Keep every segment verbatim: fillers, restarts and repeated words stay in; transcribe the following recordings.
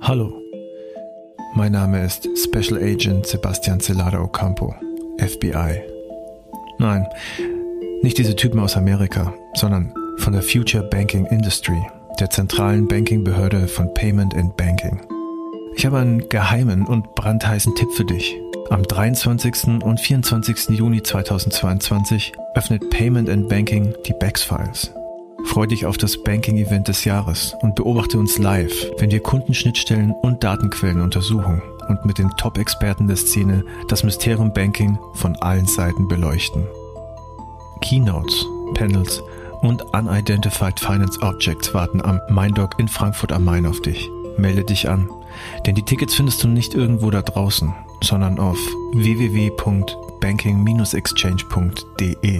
Hallo, mein Name ist Special Agent Sebastian Celada Ocampo, F B I. Nein, nicht diese Typen aus Amerika, sondern von der Future Banking Industry, der zentralen Bankingbehörde von Payment and Banking. Ich habe einen geheimen und brandheißen Tipp für dich. Am dreiundzwanzigsten und vierundzwanzigsten Juni zweitausendzweiundzwanzig öffnet Payment and Banking die B A X Files. Freu dich auf das Banking-Event des Jahres und beobachte uns live, wenn wir Kundenschnittstellen und Datenquellen untersuchen und mit den Top-Experten der Szene das Mysterium Banking von allen Seiten beleuchten. Keynotes, Panels und Unidentified Finance Objects warten am MainDoc in Frankfurt am Main auf dich. Melde dich an, denn die Tickets findest du nicht irgendwo da draußen, sondern auf w w w punkt banking Bindestrich exchange punkt d e.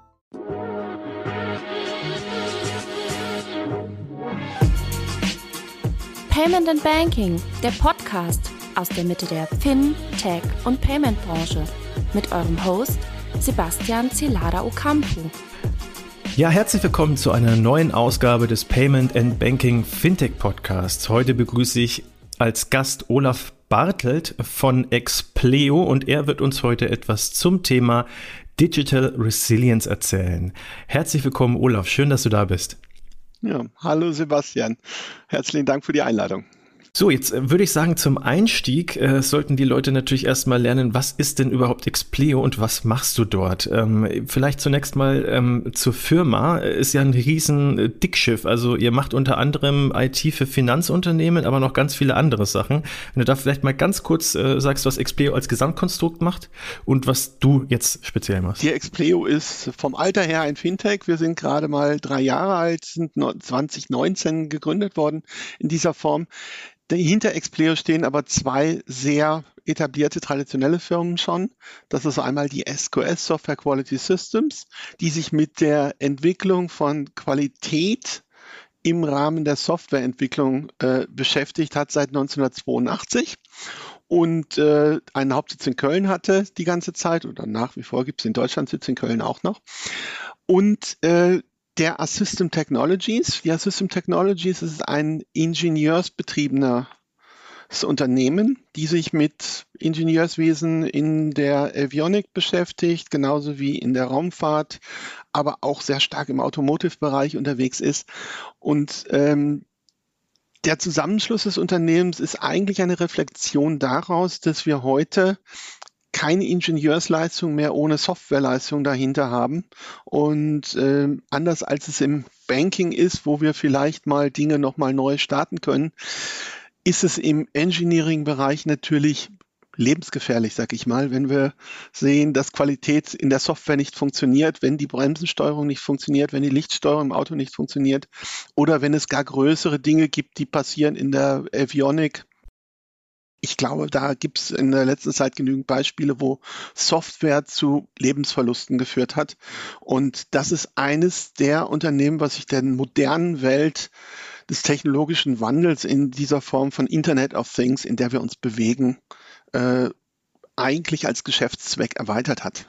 Payment and Banking, der Podcast aus der Mitte der Fin-, Tech- und Payment-Branche mit eurem Host Sebastian Celada Ocampo. Ja, herzlich willkommen zu einer neuen Ausgabe des Payment and Banking Fintech Podcasts. Heute begrüße ich als Gast Olaf Bartelt von Expleo und er wird uns heute etwas zum Thema Digital Resilience erzählen. Herzlich willkommen, Olaf. Schön, dass du da bist. Ja, hallo Sebastian. Herzlichen Dank für die Einladung. So, jetzt äh, würde ich sagen, zum Einstieg äh, sollten die Leute natürlich erstmal lernen, was ist denn überhaupt Expleo und was machst du dort? Ähm, vielleicht zunächst mal ähm, zur Firma. Ist ja ein riesen äh, Dickschiff. Also ihr macht unter anderem I T für Finanzunternehmen, aber noch ganz viele andere Sachen. Wenn du da vielleicht mal ganz kurz äh, sagst, was Expleo als Gesamtkonstrukt macht und was du jetzt speziell machst. Die Expleo ist vom Alter her ein Fintech. Wir sind gerade mal drei Jahre alt, sind zwanzig neunzehn gegründet worden in dieser Form. Hinter Expleo stehen aber zwei sehr etablierte, traditionelle Firmen schon. Das ist einmal die S Q S, Software Quality Systems, die sich mit der Entwicklung von Qualität im Rahmen der Softwareentwicklung äh, beschäftigt hat seit neunzehnhundertzweiundachtzig und äh, einen Hauptsitz in Köln hatte die ganze Zeit oder nach wie vor gibt es in Deutschland Sitz in Köln auch noch. Und äh, Der Assystem Technologies. Die Assystem Technologies ist ein ingenieursbetriebenes Unternehmen, die sich mit Ingenieurswesen in der Avionik beschäftigt, genauso wie in der Raumfahrt, aber auch sehr stark im Automotive-Bereich unterwegs ist. Und ähm, der Zusammenschluss des Unternehmens ist eigentlich eine Reflexion daraus, dass wir heute keine Ingenieursleistung mehr ohne Softwareleistung dahinter haben. Und äh, anders als es im Banking ist, wo wir vielleicht mal Dinge nochmal neu starten können, ist es im Engineering-Bereich natürlich lebensgefährlich, sag ich mal, wenn wir sehen, dass Qualität in der Software nicht funktioniert, wenn die Bremsensteuerung nicht funktioniert, wenn die Lichtsteuerung im Auto nicht funktioniert oder wenn es gar größere Dinge gibt, die passieren in der Avionik. Ich glaube, da gibt es in der letzten Zeit genügend Beispiele, wo Software zu Lebensverlusten geführt hat. Und das ist eines der Unternehmen, was sich der modernen Welt des technologischen Wandels in dieser Form von Internet of Things, in der wir uns bewegen, äh, eigentlich als Geschäftszweck erweitert hat.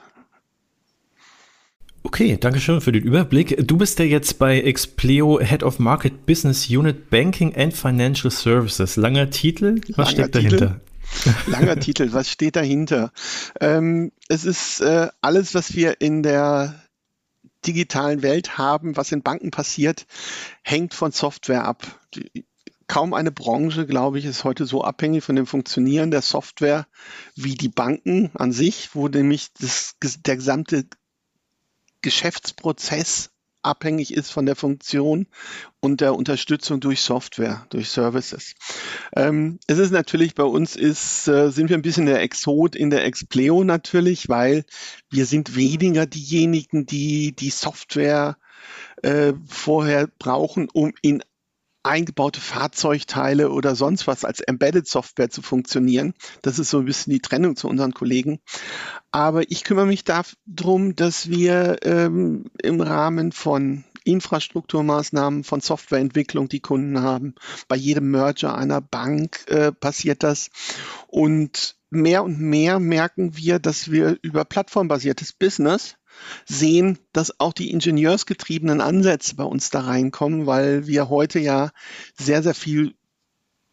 Okay, danke schön für den Überblick. Du bist ja jetzt bei Expleo Head of Market Business Unit Banking and Financial Services. Langer Titel, was Langer steckt dahinter? Titel. Langer Titel, was steht dahinter? Ähm, es ist äh, alles, was wir in der digitalen Welt haben, was in Banken passiert, hängt von Software ab. Die, kaum eine Branche, glaube ich, ist heute so abhängig von dem Funktionieren der Software wie die Banken an sich, wo nämlich das, der gesamte Geschäftsprozess abhängig ist von der Funktion und der Unterstützung durch Software, durch Services. Ähm, es ist natürlich, bei uns ist, äh, sind wir ein bisschen der Exot in der Expleo natürlich, weil wir sind weniger diejenigen, die die Software äh, vorher brauchen, um in eingebaute Fahrzeugteile oder sonst was als Embedded Software zu funktionieren. Das ist so ein bisschen die Trennung zu unseren Kollegen. Aber ich kümmere mich darum, dass wir ähm, im Rahmen von Infrastrukturmaßnahmen, von Softwareentwicklung die Kunden haben. Bei jedem Merger einer Bank äh, passiert das. Und mehr und mehr merken wir, dass wir über plattformbasiertes Business sehen, dass auch die ingenieursgetriebenen Ansätze bei uns da reinkommen, weil wir heute ja sehr, sehr viel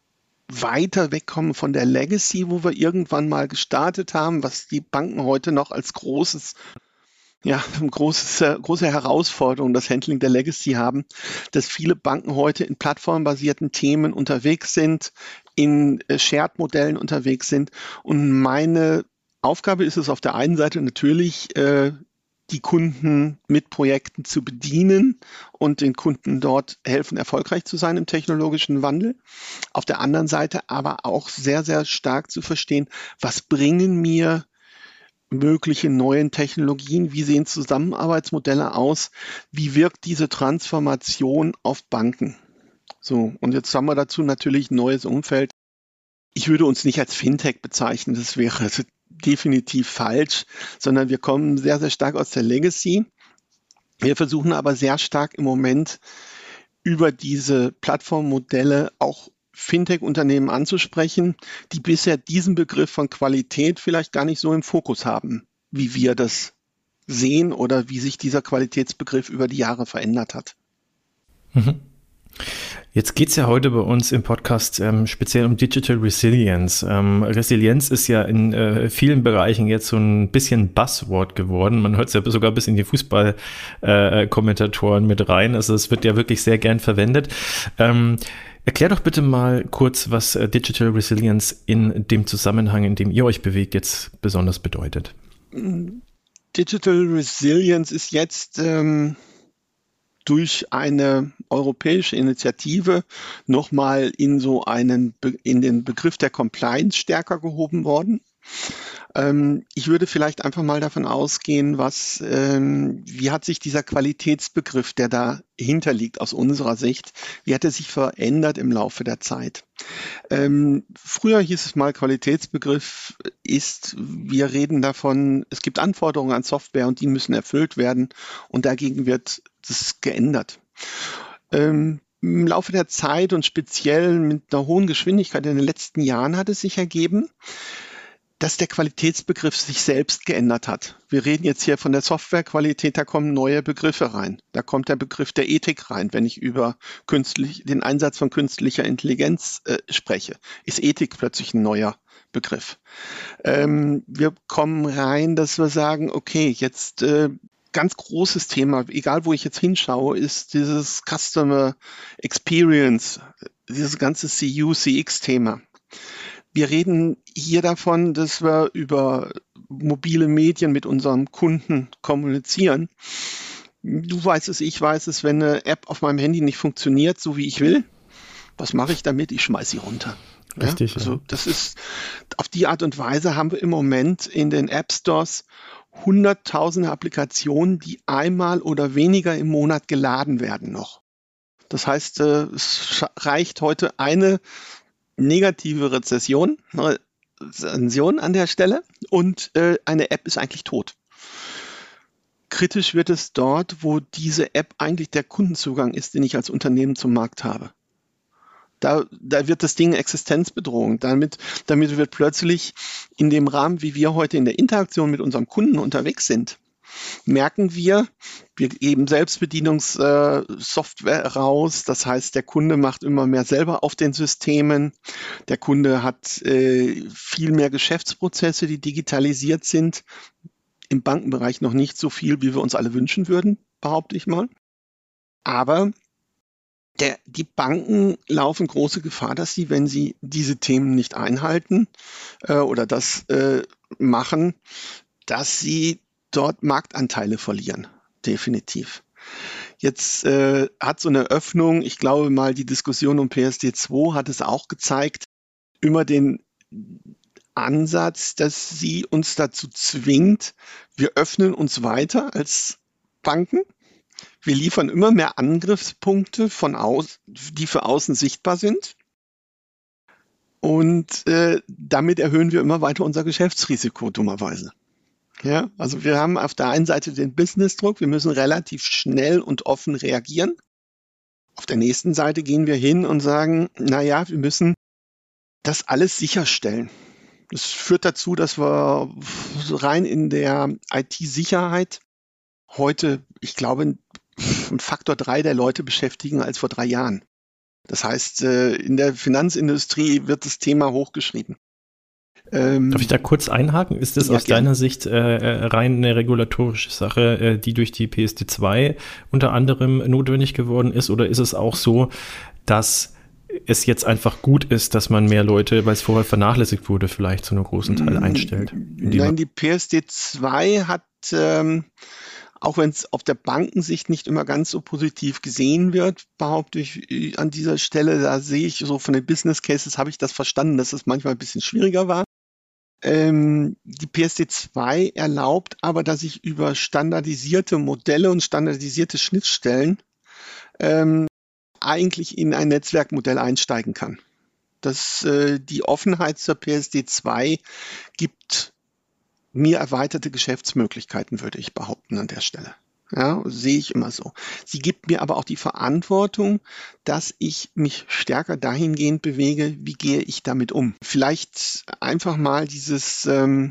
weiter wegkommen von der Legacy, wo wir irgendwann mal gestartet haben, was die Banken heute noch als großes, ja, großes, äh, große Herausforderung, das Handling der Legacy haben, dass viele Banken heute in plattformbasierten Themen unterwegs sind, in äh, Shared-Modellen unterwegs sind. Und meine Aufgabe ist es auf der einen Seite natürlich, äh, die Kunden mit Projekten zu bedienen und den Kunden dort helfen, erfolgreich zu sein im technologischen Wandel. Auf der anderen Seite aber auch sehr, sehr stark zu verstehen, was bringen mir mögliche neuen Technologien, wie sehen Zusammenarbeitsmodelle aus, wie wirkt diese Transformation auf Banken. So, und jetzt haben wir dazu natürlich ein neues Umfeld. Ich würde uns nicht als Fintech bezeichnen, das wäre definitiv falsch, sondern wir kommen sehr, sehr stark aus der Legacy. Wir versuchen aber sehr stark im Moment über diese Plattformmodelle auch Fintech-Unternehmen anzusprechen, die bisher diesen Begriff von Qualität vielleicht gar nicht so im Fokus haben, wie wir das sehen oder wie sich dieser Qualitätsbegriff über die Jahre verändert hat. Mhm. Jetzt geht es ja heute bei uns im Podcast ähm, speziell um Digital Resilience. Ähm, Resilienz ist ja in äh, vielen Bereichen jetzt so ein bisschen Buzzword geworden. Man hört es ja sogar bis in die Fußballkommentatoren äh, mit rein. Also es wird ja wirklich sehr gern verwendet. Ähm, erklär doch bitte mal kurz, was äh, Digital Resilience in dem Zusammenhang, in dem ihr euch bewegt, jetzt besonders bedeutet. Digital Resilience ist jetzt ähm durch eine europäische Initiative nochmal in so einen, in den Begriff der Compliance stärker gehoben worden. Ähm, ich würde vielleicht einfach mal davon ausgehen, was, ähm, wie hat sich dieser Qualitätsbegriff, der dahinter liegt, aus unserer Sicht, wie hat er sich verändert im Laufe der Zeit? Ähm, früher hieß es mal, Qualitätsbegriff ist, wir reden davon, es gibt Anforderungen an Software und die müssen erfüllt werden und dagegen wird das geändert. Ähm, Im Laufe der Zeit und speziell mit einer hohen Geschwindigkeit in den letzten Jahren hat es sich ergeben, dass der Qualitätsbegriff sich selbst geändert hat. Wir reden jetzt hier von der Softwarequalität, da kommen neue Begriffe rein. Da kommt der Begriff der Ethik rein, wenn ich über künstlich, den Einsatz von künstlicher Intelligenz äh, spreche. Ist Ethik plötzlich ein neuer Begriff. Ähm, wir kommen rein, dass wir sagen, okay, jetzt äh, ganz großes Thema, egal wo ich jetzt hinschaue, ist dieses Customer Experience, dieses ganze C U C X-Thema. Wir reden hier davon, dass wir über mobile Medien mit unseren Kunden kommunizieren. Du weißt es, ich weiß es, wenn eine App auf meinem Handy nicht funktioniert, so wie ich will, was mache ich damit? Ich schmeiße sie runter. Richtig, ja? Also ja. das ist, auf die Art und Weise haben wir im Moment in den App Stores hunderttausende Applikationen, die einmal oder weniger im Monat geladen werden noch. Das heißt, es reicht heute eine negative Rezession, Rezension an der Stelle und äh, eine App ist eigentlich tot. Kritisch wird es dort, wo diese App eigentlich der Kundenzugang ist, den ich als Unternehmen zum Markt habe. Da, da wird das Ding Existenzbedrohung. Damit, damit wird plötzlich in dem Rahmen, wie wir heute in der Interaktion mit unserem Kunden unterwegs sind, merken wir, wir geben Selbstbedienungssoftware raus. Das heißt, der Kunde macht immer mehr selber auf den Systemen. Der Kunde hat äh, viel mehr Geschäftsprozesse, die digitalisiert sind. Im Bankenbereich noch nicht so viel, wie wir uns alle wünschen würden, behaupte ich mal. Aber der, die Banken laufen große Gefahr, dass sie, wenn sie diese Themen nicht einhalten äh, oder das äh, machen, dass sie dort Marktanteile verlieren. Definitiv. Jetzt äh, hat so eine Öffnung, ich glaube mal, die Diskussion um P S D zwei hat es auch gezeigt, immer den Ansatz, dass sie uns dazu zwingt, wir öffnen uns weiter als Banken. Wir liefern immer mehr Angriffspunkte von aus, die für außen sichtbar sind. Und äh, damit erhöhen wir immer weiter unser Geschäftsrisiko, dummerweise. Ja, also wir haben auf der einen Seite den Businessdruck, wir müssen relativ schnell und offen reagieren. Auf der nächsten Seite gehen wir hin und sagen, naja, wir müssen das alles sicherstellen. Das führt dazu, dass wir rein in der I T-Sicherheit heute, ich glaube, einen Faktor drei der Leute beschäftigen als vor drei Jahren. Das heißt, in der Finanzindustrie wird das Thema hochgeschrieben. Ähm, Darf ich da kurz einhaken? Ist das ja, aus gern. deiner Sicht äh, rein eine regulatorische Sache, äh, die durch die P S D zwei unter anderem notwendig geworden ist? Oder ist es auch so, dass es jetzt einfach gut ist, dass man mehr Leute, weil es vorher vernachlässigt wurde, vielleicht zu einem großen Teil einstellt? Nein, die P S D zwei hat, ähm, auch wenn es auf der Bankensicht nicht immer ganz so positiv gesehen wird, behaupte ich an dieser Stelle, da sehe ich so von den Business Cases, habe ich das verstanden, dass es manchmal ein bisschen schwieriger war. Ähm, die P S D zwei erlaubt aber, dass ich über standardisierte Modelle und standardisierte Schnittstellen ähm, eigentlich in ein Netzwerkmodell einsteigen kann. Das, äh, die Offenheit zur P S D zwei gibt mir erweiterte Geschäftsmöglichkeiten, würde ich behaupten an der Stelle. Ja, sehe ich immer so. Sie gibt mir aber auch die Verantwortung, dass ich mich stärker dahingehend bewege, wie gehe ich damit um. Vielleicht einfach mal dieses ähm,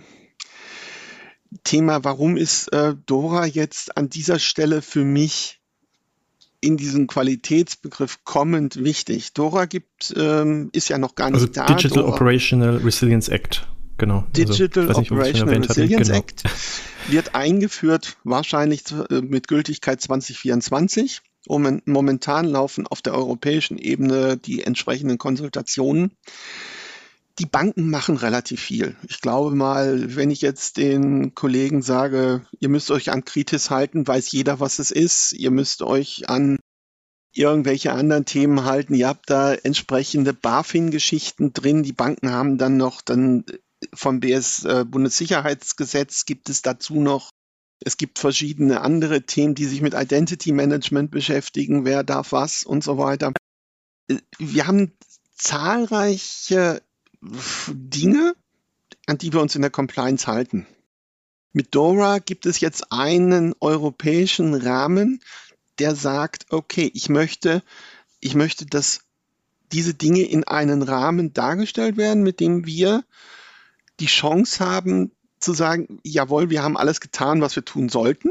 Thema, warum ist äh, Dora jetzt an dieser Stelle für mich in diesem Qualitätsbegriff kommend wichtig. Dora gibt, ähm, ist ja noch gar nicht also da. Digital Dora, Operational Resilience Act. Genau. Digital also, nicht, Operational Resilience genau. Act wird eingeführt, wahrscheinlich mit Gültigkeit zwanzig vierundzwanzig. Momentan laufen auf der europäischen Ebene die entsprechenden Konsultationen. Die Banken machen relativ viel. Ich glaube mal, wenn ich jetzt den Kollegen sage, ihr müsst euch an Kritis halten, weiß jeder, was es ist. Ihr müsst euch an irgendwelche anderen Themen halten. Ihr habt da entsprechende BaFin-Geschichten drin. Die Banken haben dann noch dann vom B S äh, Bundessicherheitsgesetz gibt es dazu noch. Es gibt verschiedene andere Themen, die sich mit Identity Management beschäftigen. Wer darf was und so weiter. Wir haben zahlreiche Dinge, an die wir uns in der Compliance halten. Mit Dora gibt es jetzt einen europäischen Rahmen, der sagt, okay, ich möchte, ich möchte, dass diese Dinge in einen Rahmen dargestellt werden, mit dem wir die Chance haben zu sagen, jawohl, wir haben alles getan, was wir tun sollten,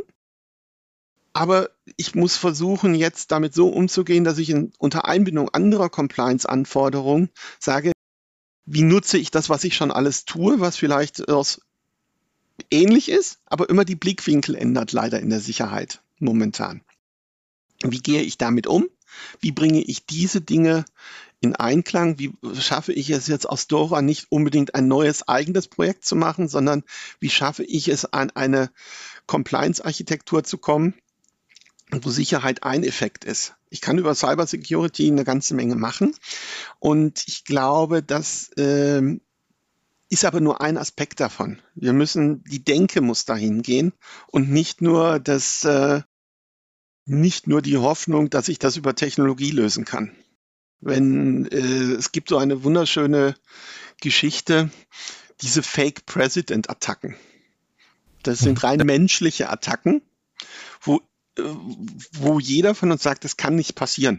aber ich muss versuchen, jetzt damit so umzugehen, dass ich in, unter Einbindung anderer Compliance-Anforderungen sage, wie nutze ich das, was ich schon alles tue, was vielleicht aus ähnlich ist, aber immer die Blickwinkel ändert leider in der Sicherheit momentan. Wie gehe ich damit um? Wie bringe ich diese Dinge in Einklang? Wie schaffe ich es jetzt aus Dora nicht unbedingt ein neues eigenes Projekt zu machen, sondern wie schaffe ich es, an eine Compliance-Architektur zu kommen, wo Sicherheit ein Effekt ist? Ich kann über Cybersecurity eine ganze Menge machen und ich glaube, das äh, ist aber nur ein Aspekt davon. Wir müssen, die Denke muss dahin gehen und nicht nur das, äh, nicht nur die Hoffnung, dass ich das über Technologie lösen kann. Wenn äh, es gibt so eine wunderschöne Geschichte, diese Fake President Attacken. Das sind rein menschliche Attacken, wo, äh, wo jeder von uns sagt, das kann nicht passieren.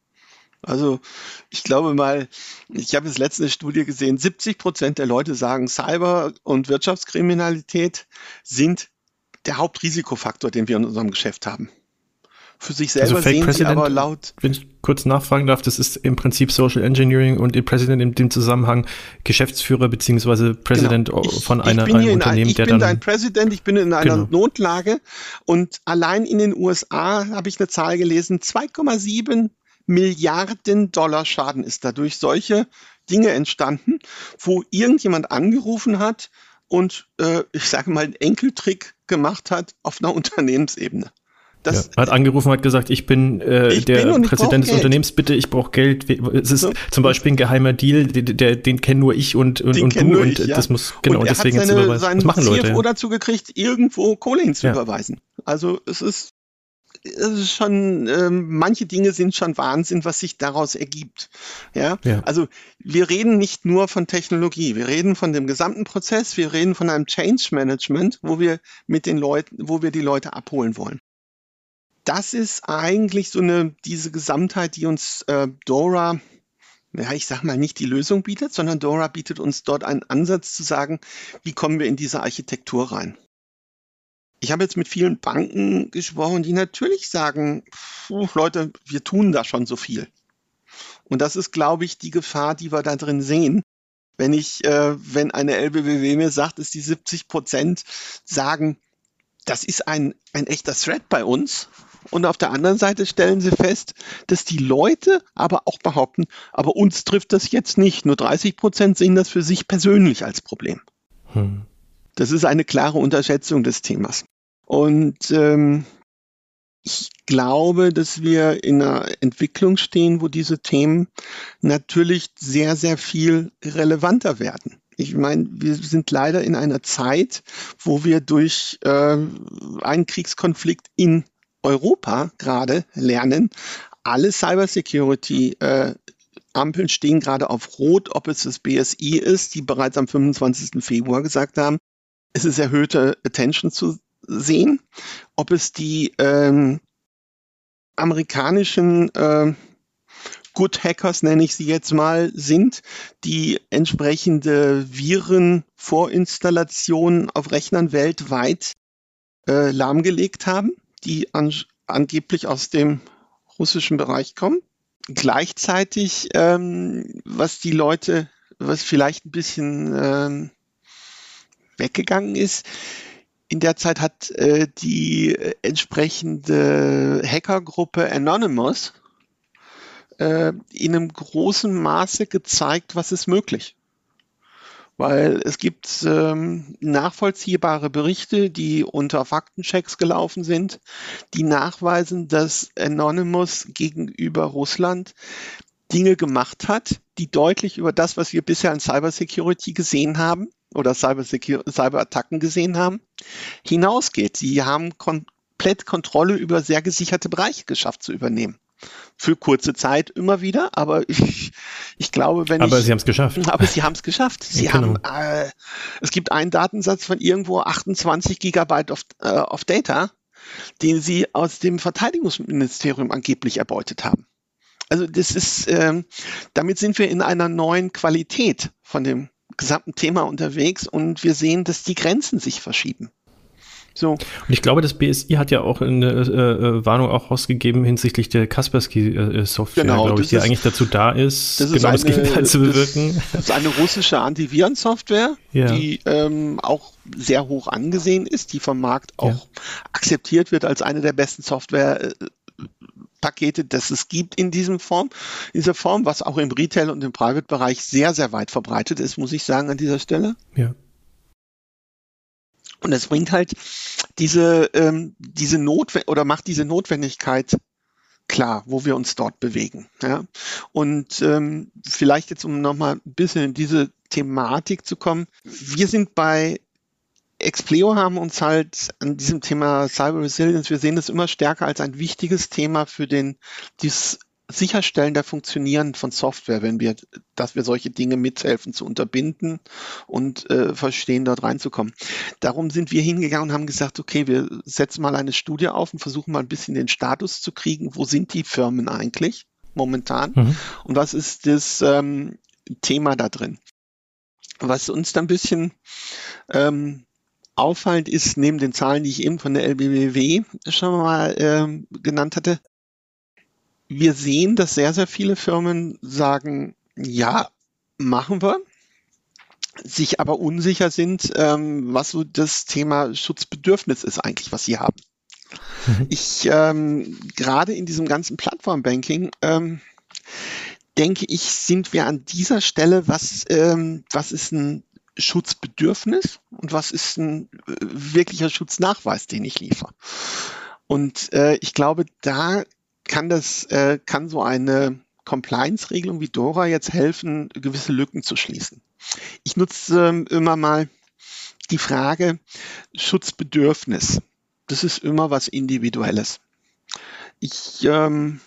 Also ich glaube mal, ich habe jetzt letzte eine Studie gesehen, siebzig Prozent der Leute sagen, Cyber- und Wirtschaftskriminalität sind der Hauptrisikofaktor, den wir in unserem Geschäft haben. Für sich selber also sehen President, sie aber laut. Wenn ich kurz nachfragen darf, das ist im Prinzip Social Engineering und im President in dem Zusammenhang Geschäftsführer beziehungsweise President genau. ich, von einer, einem Unternehmen, ein, der dann... Ich bin dein President, ich bin in einer genau. Notlage und allein in den U S A habe ich eine Zahl gelesen, zwei Komma sieben Milliarden Dollar Schaden ist dadurch solche Dinge entstanden, wo irgendjemand angerufen hat und äh, ich sage mal einen Enkeltrick gemacht hat auf einer Unternehmensebene. Das, ja, hat angerufen, hat gesagt, ich bin äh, ich der bin Präsident des Geld. Unternehmens, bitte, ich brauche Geld. Es ist so. Zum Beispiel ein geheimer Deal, der, der, den kennen nur ich und, und, und du ich, und ja. das muss, genau, und er deswegen hat seine, jetzt überweisen. seinen Das machen C F O Leute. Ja. dazu gekriegt, irgendwo Kohle hinzuüberweisen. Ja. Also es ist, es ist schon, ähm, manche Dinge sind schon Wahnsinn, was sich daraus ergibt. Ja? ja, also wir reden nicht nur von Technologie, wir reden von dem gesamten Prozess, wir reden von einem Change Management, wo wir mit den Leuten, wo wir die Leute abholen wollen. Das ist eigentlich so eine, diese Gesamtheit, die uns äh, Dora, ja, ich sag mal, nicht die Lösung bietet, sondern Dora bietet uns dort einen Ansatz zu sagen, wie kommen wir in diese Architektur rein. Ich habe jetzt mit vielen Banken gesprochen, die natürlich sagen, Leute, wir tun da schon so viel. Und das ist, glaube ich, die Gefahr, die wir da drin sehen. Wenn ich, äh, wenn eine L B B W mir sagt, dass die siebzig Prozent sagen, das ist ein, ein echter Threat bei uns. Und auf der anderen Seite stellen sie fest, dass die Leute aber auch behaupten, aber uns trifft das jetzt nicht. Nur dreißig Prozent sehen das für sich persönlich als Problem. Hm. Das ist eine klare Unterschätzung des Themas. Und ähm, ich glaube, dass wir in einer Entwicklung stehen, wo diese Themen natürlich sehr, sehr viel relevanter werden. Ich meine, wir sind leider in einer Zeit, wo wir durch äh, einen Kriegskonflikt in Europa gerade lernen, alle Cybersecurity-Ampeln äh, stehen gerade auf Rot, ob es das B S I ist, die bereits am fünfundzwanzigsten Februar gesagt haben, es ist erhöhte Attention zu sehen, ob es die ähm, amerikanischen äh, Good Hackers, nenne ich sie jetzt mal, sind, die entsprechende Virenvorinstallationen auf Rechnern weltweit äh, lahmgelegt haben, die an, angeblich aus dem russischen Bereich kommen. Gleichzeitig, ähm, was die Leute, was vielleicht ein bisschen ähm, weggegangen ist, in der Zeit hat äh, die entsprechende Hackergruppe Anonymous äh, in einem großen Maße gezeigt, was ist möglich. Weil es gibt ähm, nachvollziehbare Berichte, die unter Faktenchecks gelaufen sind, die nachweisen, dass Anonymous gegenüber Russland Dinge gemacht hat, die deutlich über das, was wir bisher an Cybersecurity gesehen haben oder Cybersecur- Cyberattacken gesehen haben, hinausgeht. Sie haben komplett Kontrolle über sehr gesicherte Bereiche geschafft zu übernehmen. Für kurze Zeit immer wieder, aber ich, ich glaube, wenn aber ich... Sie haben es geschafft. Aber Sie haben es geschafft. Sie ja, haben, genau. äh, es gibt einen Datensatz von irgendwo achtundzwanzig Gigabyte of, äh, of Data, den Sie aus dem Verteidigungsministerium angeblich erbeutet haben. Also das ist, ähm, damit sind wir in einer neuen Qualität von dem gesamten Thema unterwegs und wir sehen, dass die Grenzen sich verschieben. So. Und ich glaube, das B S I hat ja auch eine äh, Warnung auch rausgegeben hinsichtlich der Kaspersky-Software, genau, glaube ich, die ist, eigentlich dazu da ist, das genau ist das eine, Gegenteil zu bewirken. Das, das ist eine russische Antivirensoftware, ja. die ähm, auch sehr hoch angesehen ist, die vom Markt auch ja. akzeptiert wird als eine der besten Software Pakete, das es gibt in diesem Form, dieser Form, was auch im Retail- und im Private-Bereich sehr, sehr weit verbreitet ist, muss ich sagen, an dieser Stelle. Ja. Und es bringt halt diese, ähm, diese Notwendigkeit oder macht diese Notwendigkeit klar, wo wir uns dort bewegen. Ja? Und ähm, vielleicht jetzt, um nochmal ein bisschen in diese Thematik zu kommen, wir sind bei Expleo haben uns halt an diesem Thema Cyber Resilience, wir sehen das immer stärker als ein wichtiges Thema für den dieses Sicherstellen der Funktionieren von Software, wenn wir, dass wir solche Dinge mithelfen zu unterbinden und äh, verstehen, dort reinzukommen. Darum sind wir hingegangen und haben gesagt, okay, wir setzen mal eine Studie auf und versuchen mal ein bisschen den Status zu kriegen, wo sind die Firmen eigentlich momentan mhm. und was ist das ähm, Thema da drin. Was uns dann ein bisschen ähm, auffallend ist, neben den Zahlen, die ich eben von der L B B W schon mal äh, genannt hatte, wir sehen, dass sehr, sehr viele Firmen sagen, ja, machen wir, sich aber unsicher sind, ähm, was so das Thema Schutzbedürfnis ist eigentlich, was sie haben. Mhm. Ich, ähm, gerade in diesem ganzen Plattformbanking, ähm, denke ich, sind wir an dieser Stelle, was, ähm, was ist ein Schutzbedürfnis und was ist ein äh, wirklicher Schutznachweis, den ich liefere. Und äh, ich glaube, da kann das, äh, kann so eine Compliance-Regelung wie DORA jetzt helfen, gewisse Lücken zu schließen. Ich nutze ähm, immer mal die Frage Schutzbedürfnis. Das ist immer was Individuelles. Ich ähm,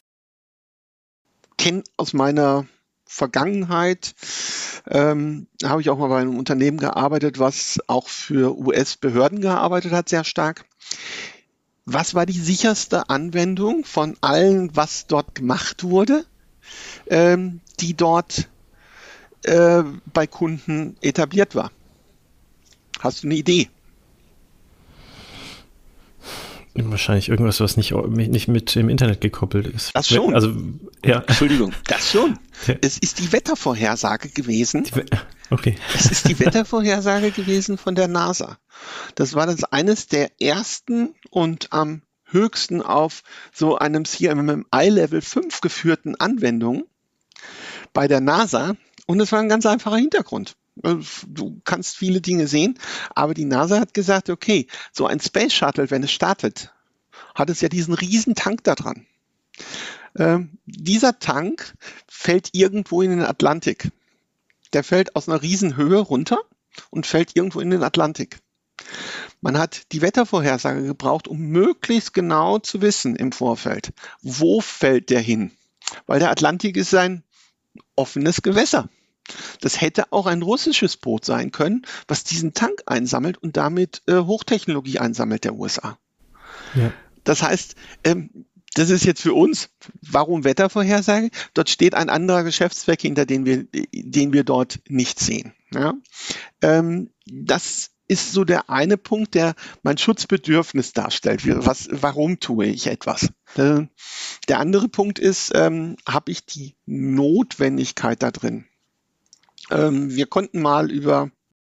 kenne aus meiner Vergangenheit, ähm, habe ich auch mal bei einem Unternehmen gearbeitet, was auch für U S-Behörden gearbeitet hat, sehr stark. Was war die sicherste Anwendung von allen, was dort gemacht wurde, ähm, die dort äh, bei Kunden etabliert war? Hast du eine Idee? Wahrscheinlich irgendwas, was nicht, nicht mit im Internet gekoppelt ist. Das schon. Also, ja. Entschuldigung, das schon. Es ist die Wettervorhersage gewesen. Die We- okay. Es ist die Wettervorhersage gewesen von der NASA. Das war das eines der ersten und am höchsten auf so einem C M M I-Level fünf geführten Anwendungen bei der NASA. Und es war ein ganz einfacher Hintergrund. Du kannst viele Dinge sehen, aber die NASA hat gesagt, okay, so ein Space Shuttle, wenn es startet, hat es ja diesen riesen Tank da dran. Ähm, dieser Tank fällt irgendwo in den Atlantik. Der fällt aus einer riesen Höhe runter und fällt irgendwo in den Atlantik. Man hat die Wettervorhersage gebraucht, um möglichst genau zu wissen im Vorfeld, wo fällt der hin? Weil der Atlantik ist ein offenes Gewässer. Das hätte auch ein russisches Boot sein können, was diesen Tank einsammelt und damit äh, Hochtechnologie einsammelt der U S A. Ja. Das heißt, ähm, das ist jetzt für uns, warum Wettervorhersage? Dort steht ein anderer Geschäftszweck, hinter den wir, den wir dort nicht sehen. Ja? Ähm, das ist so der eine Punkt, der mein Schutzbedürfnis darstellt. Was, warum tue ich etwas? Äh, der andere Punkt ist, ähm, habe ich die Notwendigkeit da drin? Ähm, wir konnten mal über,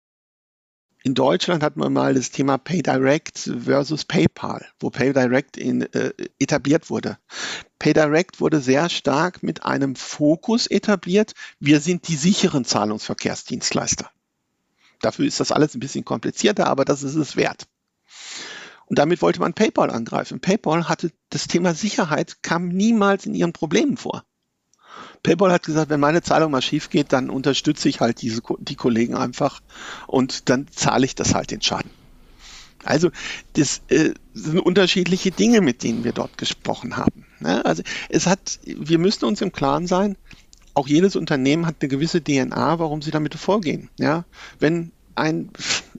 in Deutschland hat man mal das Thema PayDirect versus PayPal, wo PayDirect in, äh, etabliert wurde. PayDirect wurde sehr stark mit einem Fokus etabliert. Wir sind die sicheren Zahlungsverkehrsdienstleister. Dafür ist das alles ein bisschen komplizierter, aber das ist es wert. Und damit wollte man PayPal angreifen. PayPal hatte das Thema Sicherheit, kam niemals in ihren Problemen vor. PayPal hat gesagt, wenn meine Zahlung mal schief geht, dann unterstütze ich halt diese, die Kollegen einfach und dann zahle ich das halt den Schaden. Also das äh, sind unterschiedliche Dinge, mit denen wir dort gesprochen haben. Ne? Also es hat, wir müssen uns im Klaren sein, auch jedes Unternehmen hat eine gewisse D N A, warum sie damit vorgehen. Ja? Wenn ein,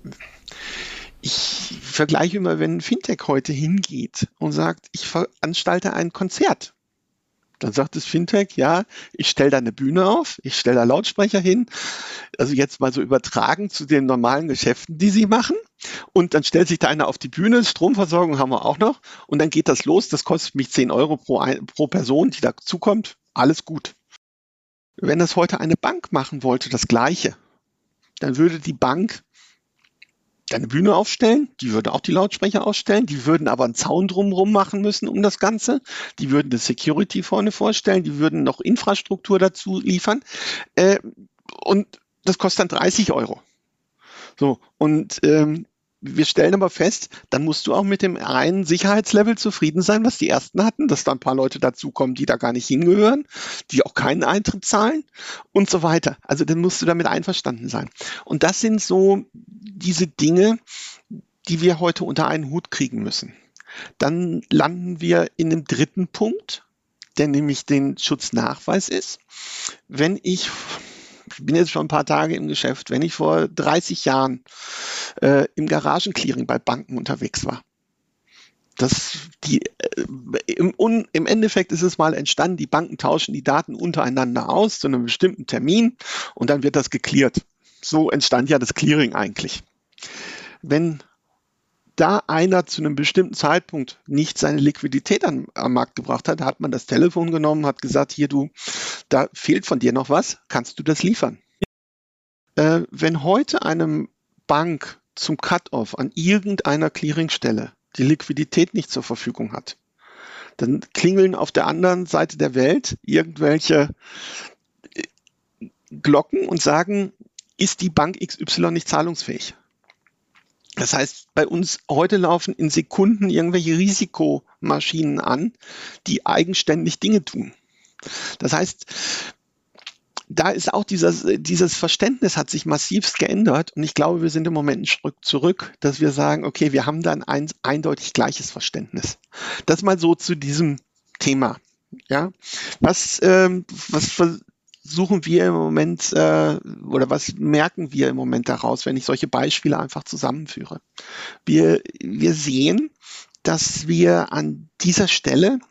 ich vergleiche immer, wenn ein Fintech heute hingeht und sagt, ich veranstalte ein Konzert, dann sagt das Fintech, ja, ich stelle da eine Bühne auf, ich stelle da Lautsprecher hin, also jetzt mal so übertragen zu den normalen Geschäften, die sie machen. Und dann stellt sich da einer auf die Bühne, Stromversorgung haben wir auch noch, und dann geht das los, das kostet mich zehn Euro pro, ein, pro Person, die dazukommt, alles gut. Wenn das heute eine Bank machen wollte, das Gleiche, dann würde die Bank eine Bühne aufstellen, die würde auch die Lautsprecher aufstellen, die würden aber einen Zaun drumherum machen müssen um das Ganze, die würden das Security vorne vorstellen, die würden noch Infrastruktur dazu liefern äh, und das kostet dann dreißig Euro. So, und ähm, wir stellen aber fest, dann musst du auch mit dem einen Sicherheitslevel zufrieden sein, was die ersten hatten, dass da ein paar Leute dazukommen, die da gar nicht hingehören, die auch keinen Eintritt zahlen und so weiter. Also dann musst du damit einverstanden sein. Und das sind so diese Dinge, die wir heute unter einen Hut kriegen müssen. Dann landen wir in einem dritten Punkt, der nämlich den Schutznachweis ist. Wenn ich Ich bin jetzt schon ein paar Tage im Geschäft, wenn ich vor dreißig Jahren äh, im Garagenclearing bei Banken unterwegs war. Das, die, äh, im, un, Im Endeffekt ist es mal entstanden, die Banken tauschen die Daten untereinander aus zu einem bestimmten Termin und dann wird das gecleart. So entstand ja das Clearing eigentlich. Wenn da einer zu einem bestimmten Zeitpunkt nicht seine Liquidität am, am Markt gebracht hat, hat man das Telefon genommen, hat gesagt, hier du, da fehlt von dir noch was, kannst du das liefern? Äh, wenn heute eine Bank zum Cut-Off an irgendeiner Clearingstelle die Liquidität nicht zur Verfügung hat, dann klingeln auf der anderen Seite der Welt irgendwelche Glocken und sagen, ist die Bank X Y nicht zahlungsfähig? Das heißt, bei uns heute laufen in Sekunden irgendwelche Risikomaschinen an, die eigenständig Dinge tun. Das heißt, da ist auch dieses, dieses Verständnis hat sich massivst geändert und ich glaube, wir sind im Moment einen Schritt zurück, dass wir sagen, okay, wir haben da ein, ein eindeutig gleiches Verständnis. Das mal so zu diesem Thema. Ja, was, ähm, was versuchen wir im Moment äh, oder was merken wir im Moment daraus, wenn ich solche Beispiele einfach zusammenführe? Wir, wir sehen, dass wir an dieser Stelle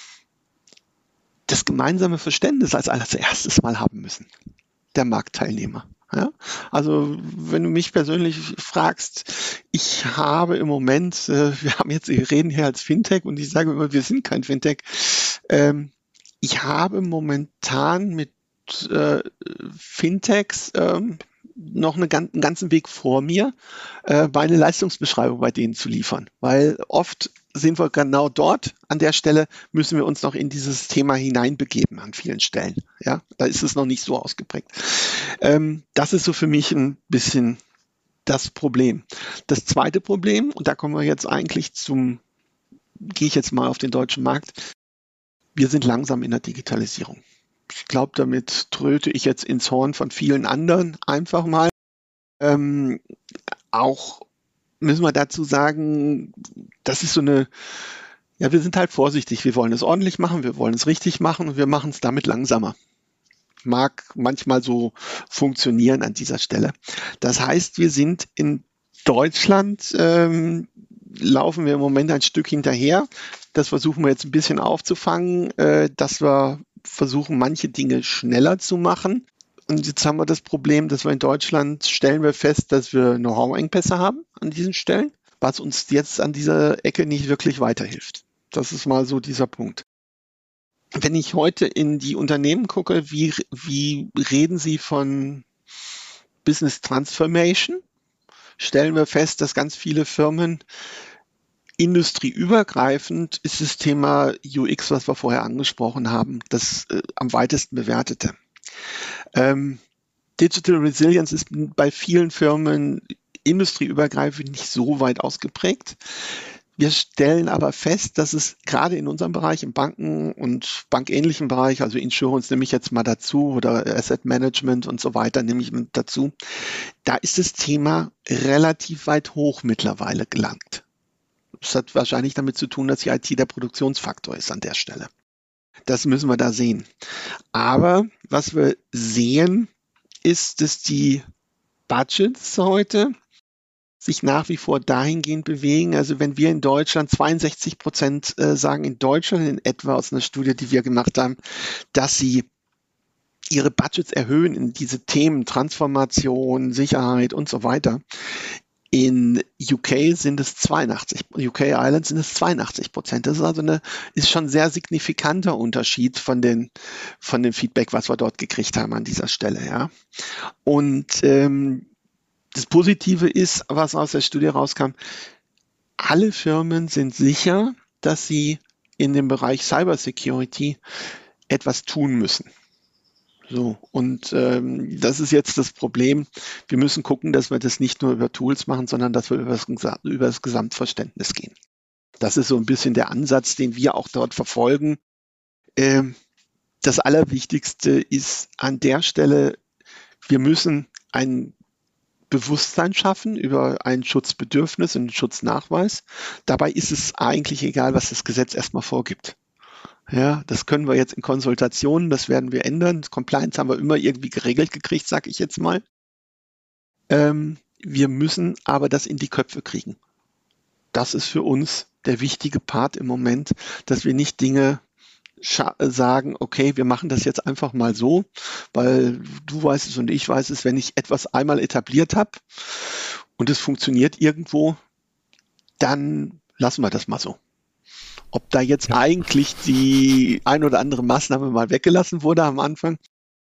das gemeinsame Verständnis als allererstes mal haben müssen, der Marktteilnehmer. Ja? Also wenn du mich persönlich fragst, ich habe im Moment, äh, wir haben jetzt, wir reden hier als Fintech und ich sage immer, wir sind kein Fintech. Ähm, ich habe momentan mit äh, Fintechs ähm, noch eine, einen ganzen Weg vor mir, äh, meine Leistungsbeschreibung bei denen zu liefern, weil oft sind wir genau dort, an der Stelle müssen wir uns noch in dieses Thema hineinbegeben an vielen Stellen. Ja, da ist es noch nicht so ausgeprägt. Ähm, das ist so für mich ein bisschen das Problem. Das zweite Problem, und da kommen wir jetzt eigentlich zum, gehe ich jetzt mal auf den deutschen Markt, wir sind langsam in der Digitalisierung. Ich glaube, damit tröte ich jetzt ins Horn von vielen anderen einfach mal. Ähm, auch müssen wir dazu sagen, das ist so eine, ja, wir sind halt vorsichtig. Wir wollen es ordentlich machen, wir wollen es richtig machen und wir machen es damit langsamer. Mag manchmal so funktionieren an dieser Stelle. Das heißt, wir sind in Deutschland, ähm, laufen wir im Moment ein Stück hinterher. Das versuchen wir jetzt ein bisschen aufzufangen, äh, dass wir versuchen, manche Dinge schneller zu machen. Und jetzt haben wir das Problem, dass wir in Deutschland stellen wir fest, dass wir Know-how-Engpässe haben an diesen Stellen, was uns jetzt an dieser Ecke nicht wirklich weiterhilft. Das ist mal so dieser Punkt. Wenn ich heute in die Unternehmen gucke, wie, wie reden sie von Business Transformation, stellen wir fest, dass ganz viele Firmen industrieübergreifend ist das Thema U X, was wir vorher angesprochen haben, das äh, am weitesten bewertete. Ähm, Digital Resilience ist bei vielen Firmen industrieübergreifend nicht so weit ausgeprägt. Wir stellen aber fest, dass es gerade in unserem Bereich, im Banken- und bankähnlichen Bereich, also Insurance nehme ich jetzt mal dazu oder Asset Management und so weiter nehme ich dazu, da ist das Thema relativ weit hoch mittlerweile gelangt. Das hat wahrscheinlich damit zu tun, dass die I T der Produktionsfaktor ist an der Stelle. Das müssen wir da sehen. Aber was wir sehen, ist, dass die Budgets heute sich nach wie vor dahingehend bewegen. Also wenn wir in Deutschland zweiundsechzig Prozent äh, sagen, in Deutschland in etwa aus einer Studie, die wir gemacht haben, dass sie ihre Budgets erhöhen in diese Themen Transformation, Sicherheit und so weiter. In U K sind es zweiundachtzig, U K Island sind es zweiundachtzig Prozent. Das ist also eine, ist schon ein sehr signifikanter Unterschied von den, von dem Feedback, was wir dort gekriegt haben an dieser Stelle, ja. Und, ähm, das Positive ist, was aus der Studie rauskam, alle Firmen sind sicher, dass sie in dem Bereich Cybersecurity etwas tun müssen. So, und ähm, das ist jetzt das Problem. Wir müssen gucken, dass wir das nicht nur über Tools machen, sondern dass wir über das, über das Gesamtverständnis gehen. Das ist so ein bisschen der Ansatz, den wir auch dort verfolgen. Ähm, das Allerwichtigste ist an der Stelle, wir müssen ein Bewusstsein schaffen über ein Schutzbedürfnis und einen Schutznachweis. Dabei ist es eigentlich egal, was das Gesetz erstmal vorgibt. Ja, das können wir jetzt in Konsultationen, das werden wir ändern. Compliance haben wir immer irgendwie geregelt gekriegt, sage ich jetzt mal. Ähm, wir müssen aber das in die Köpfe kriegen. Das ist für uns der wichtige Part im Moment, dass wir nicht Dinge sagen, okay, wir machen das jetzt einfach mal so, weil du weißt es und ich weiß es, wenn ich etwas einmal etabliert habe und es funktioniert irgendwo, dann lassen wir das mal so. Ob da jetzt ja. eigentlich die ein oder andere Maßnahme mal weggelassen wurde am Anfang,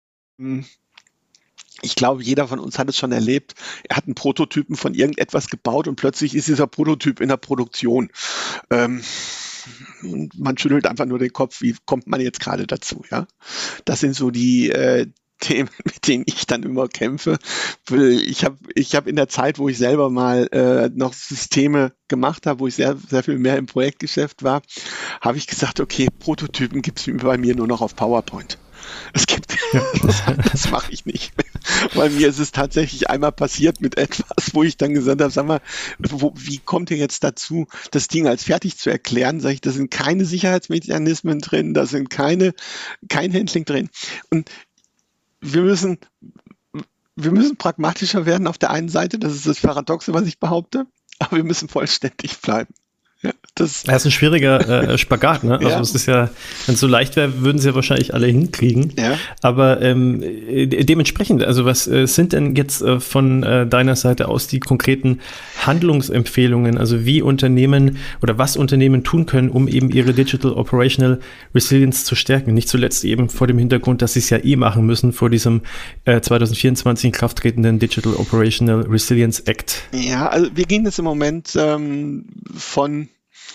ich glaube, jeder von uns hat es schon erlebt. Er hat einen Prototypen von irgendetwas gebaut und plötzlich ist dieser Prototyp in der Produktion. Ähm, und man schüttelt einfach nur den Kopf, wie kommt man jetzt gerade dazu? Ja, das sind so die äh, Themen, mit denen ich dann immer kämpfe. Ich habe ich hab in der Zeit, wo ich selber mal äh, noch Systeme gemacht habe, wo ich sehr, sehr viel mehr im Projektgeschäft war, habe ich gesagt, okay, Prototypen gibt es bei mir nur noch auf PowerPoint. Es gibt, das, das mache ich nicht. Weil mir ist es tatsächlich einmal passiert mit etwas, wo ich dann gesagt habe, sag mal, wo, wie kommt ihr jetzt dazu, das Ding als fertig zu erklären? Sag ich, da sind keine Sicherheitsmechanismen drin, da sind keine, kein Handling drin. Und wir müssen, wir müssen pragmatischer werden auf der einen Seite, das ist das Paradoxe, was ich behaupte, aber wir müssen vollständig bleiben. Ja, Das, das ist ein schwieriger äh, Spagat, ne? Also ja. Es ist ja, wenn es so leicht wäre, würden sie ja wahrscheinlich alle hinkriegen. Ja. Aber ähm, dementsprechend, also was äh, sind denn jetzt äh, von äh, deiner Seite aus die konkreten Handlungsempfehlungen, also wie Unternehmen oder was Unternehmen tun können, um eben ihre Digital Operational Resilience zu stärken? Nicht zuletzt eben vor dem Hintergrund, dass sie es ja eh machen müssen vor diesem äh, zwanzig vierundzwanzig in Kraft tretenden Digital Operational Resilience Act. Ja, also wir gehen jetzt im Moment ähm, von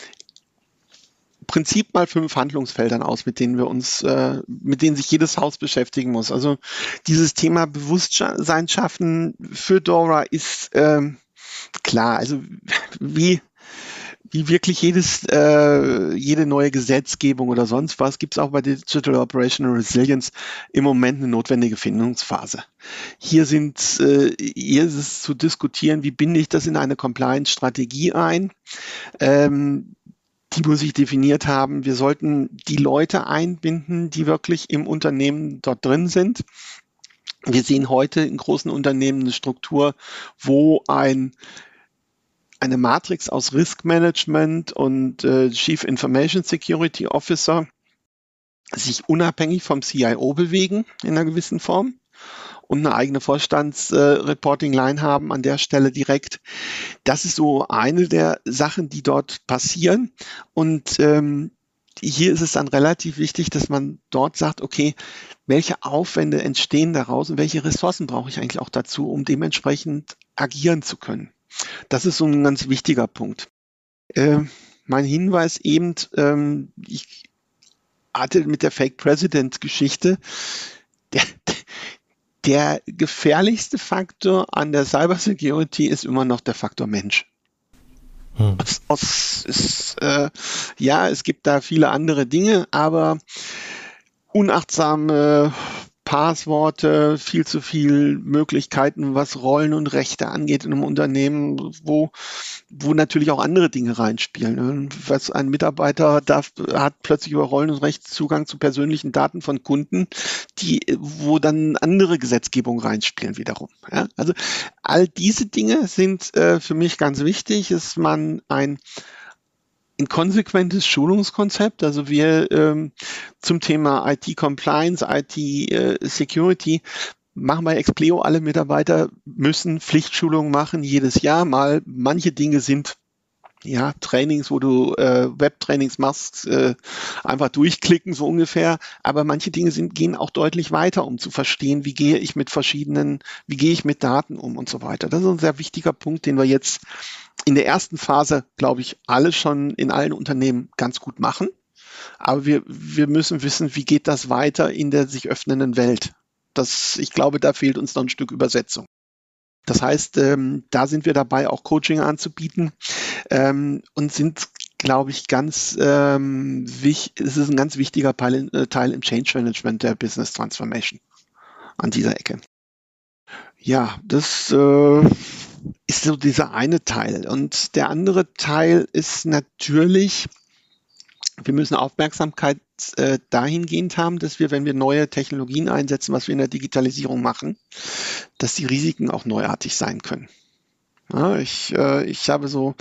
Prinzip mal fünf Handlungsfeldern aus, mit denen wir uns, äh, mit denen sich jedes Haus beschäftigen muss. Also dieses Thema Bewusstsein schaffen für DORA ist ähm, klar. Also wie wie wirklich jedes äh, jede neue Gesetzgebung oder sonst was gibt es auch bei Digital Operational Resilience im Moment eine notwendige Findungsphase. Hier sind äh, hier ist es zu diskutieren, wie binde ich das in eine Compliance-Strategie ein. Ähm, Die muss ich definiert haben. Wir sollten die Leute einbinden, die wirklich im Unternehmen dort drin sind. Wir sehen heute in großen Unternehmen eine Struktur, wo ein, eine Matrix aus Risk Management und äh, Chief Information Security Officer sich unabhängig vom C I O bewegen in einer gewissen Form und eine eigene Vorstands-Reporting-Line äh, haben an der Stelle direkt. Das ist so eine der Sachen, die dort passieren. Und ähm, hier ist es dann relativ wichtig, dass man dort sagt, okay, welche Aufwände entstehen daraus und welche Ressourcen brauche ich eigentlich auch dazu, um dementsprechend agieren zu können. Das ist so ein ganz wichtiger Punkt. Äh, mein Hinweis eben, ähm, ich hatte mit der Fake President-Geschichte, der, Der gefährlichste Faktor an der Cybersecurity ist immer noch der Faktor Mensch. Hm. Es, es ist, äh, ja, es gibt da viele andere Dinge, aber unachtsame Passworte, viel zu viel Möglichkeiten, was Rollen und Rechte angeht in einem Unternehmen, wo, wo natürlich auch andere Dinge reinspielen. Was ein Mitarbeiter darf, hat plötzlich über Rollen und Rechte Zugang zu persönlichen Daten von Kunden, die, wo dann andere Gesetzgebung reinspielen wiederum. Ja, also all diese Dinge sind äh, für mich ganz wichtig, dass man ein ein konsequentes Schulungskonzept, also wir ähm, zum Thema I T-Compliance, I T-Security machen bei Expleo, alle Mitarbeiter müssen Pflichtschulungen machen, jedes Jahr mal. Manche Dinge sind ja Trainings, wo du äh, Webtrainings machst, äh, einfach durchklicken so ungefähr, aber manche Dinge sind, gehen auch deutlich weiter, um zu verstehen, wie gehe ich mit verschiedenen, wie gehe ich mit Daten um und so weiter. Das ist ein sehr wichtiger Punkt, den wir jetzt in der ersten Phase, glaube ich, alle schon in allen Unternehmen ganz gut machen. Aber wir, wir müssen wissen, wie geht das weiter in der sich öffnenden Welt. Das, ich glaube, da fehlt uns noch ein Stück Übersetzung. Das heißt, ähm, da sind wir dabei, auch Coaching anzubieten ähm, und sind, glaube ich, ganz ähm, wichtig, es ist ein ganz wichtiger Teil, äh, Teil im Change Management der Business Transformation an dieser Ecke. Ja, das äh, ist so dieser eine Teil. Und der andere Teil ist natürlich, wir müssen Aufmerksamkeit äh, dahingehend haben, dass wir, wenn wir neue Technologien einsetzen, was wir in der Digitalisierung machen, dass die Risiken auch neuartig sein können. Ja, ich, äh, ich habe so,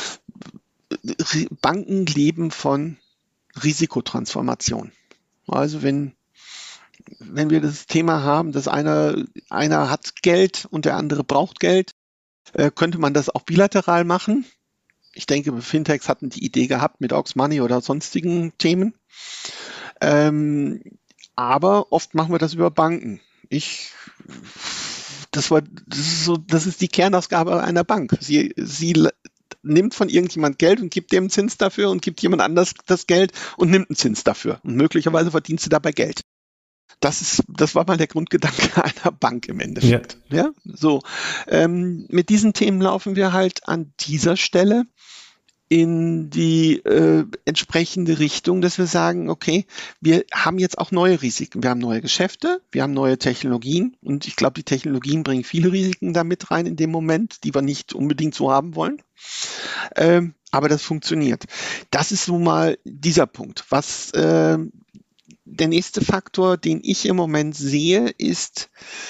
Banken leben von Risikotransformation. Also wenn wenn wir das Thema haben, dass einer, einer hat Geld und der andere braucht Geld, äh, könnte man das auch bilateral machen. Ich denke, Fintechs hatten die Idee gehabt mit Aux Money oder sonstigen Themen. Ähm, aber oft machen wir das über Banken. Ich, das war, das ist so, das ist die Kernausgabe einer Bank. Sie, sie nimmt von irgendjemand Geld und gibt dem einen Zins dafür und gibt jemand anders das Geld und nimmt einen Zins dafür. Und möglicherweise verdient sie dabei Geld. Das ist, das war mal der Grundgedanke einer Bank im Endeffekt. Ja, ja? So. Ähm, mit diesen Themen laufen wir halt an dieser Stelle in die äh, entsprechende Richtung, dass wir sagen, okay, wir haben jetzt auch neue Risiken. Wir haben neue Geschäfte, wir haben neue Technologien und ich glaube, die Technologien bringen viele Risiken da mit rein in dem Moment, die wir nicht unbedingt so haben wollen. Ähm, aber das funktioniert. Das ist so mal dieser Punkt. Was äh, der nächste Faktor, den ich im Moment sehe, ist,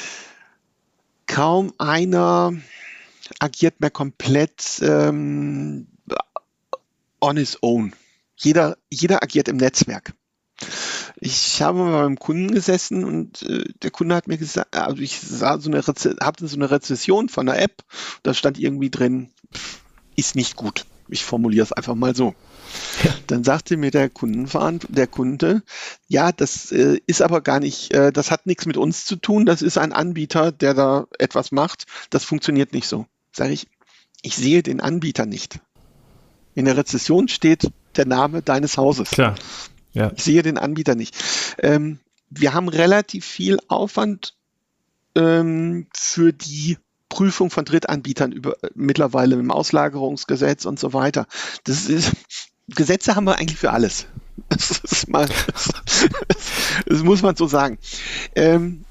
kaum einer agiert mehr komplett ähm, on his own. Jeder, jeder agiert im Netzwerk. Ich habe mal beim Kunden gesessen und äh, der Kunde hat mir gesagt, also ich sah so eine Reze- hatte so eine Rezession von einer App, da stand irgendwie drin, ist nicht gut. Ich formuliere es einfach mal so. Ja. Dann sagte mir der Kundenverant- der Kunde, ja, das äh, ist aber gar nicht, äh, das hat nichts mit uns zu tun, das ist ein Anbieter, der da etwas macht, das funktioniert nicht so. Sag ich, ich sehe den Anbieter nicht. In der Rezession steht der Name deines Hauses. Klar. Ja. Ich sehe den Anbieter nicht. Ähm, wir haben relativ viel Aufwand ähm, für die Prüfung von Drittanbietern über, mittlerweile im Auslagerungsgesetz und so weiter. Das ist, Gesetze haben wir eigentlich für alles. Das, ist mal, das, das muss man so sagen. Ähm,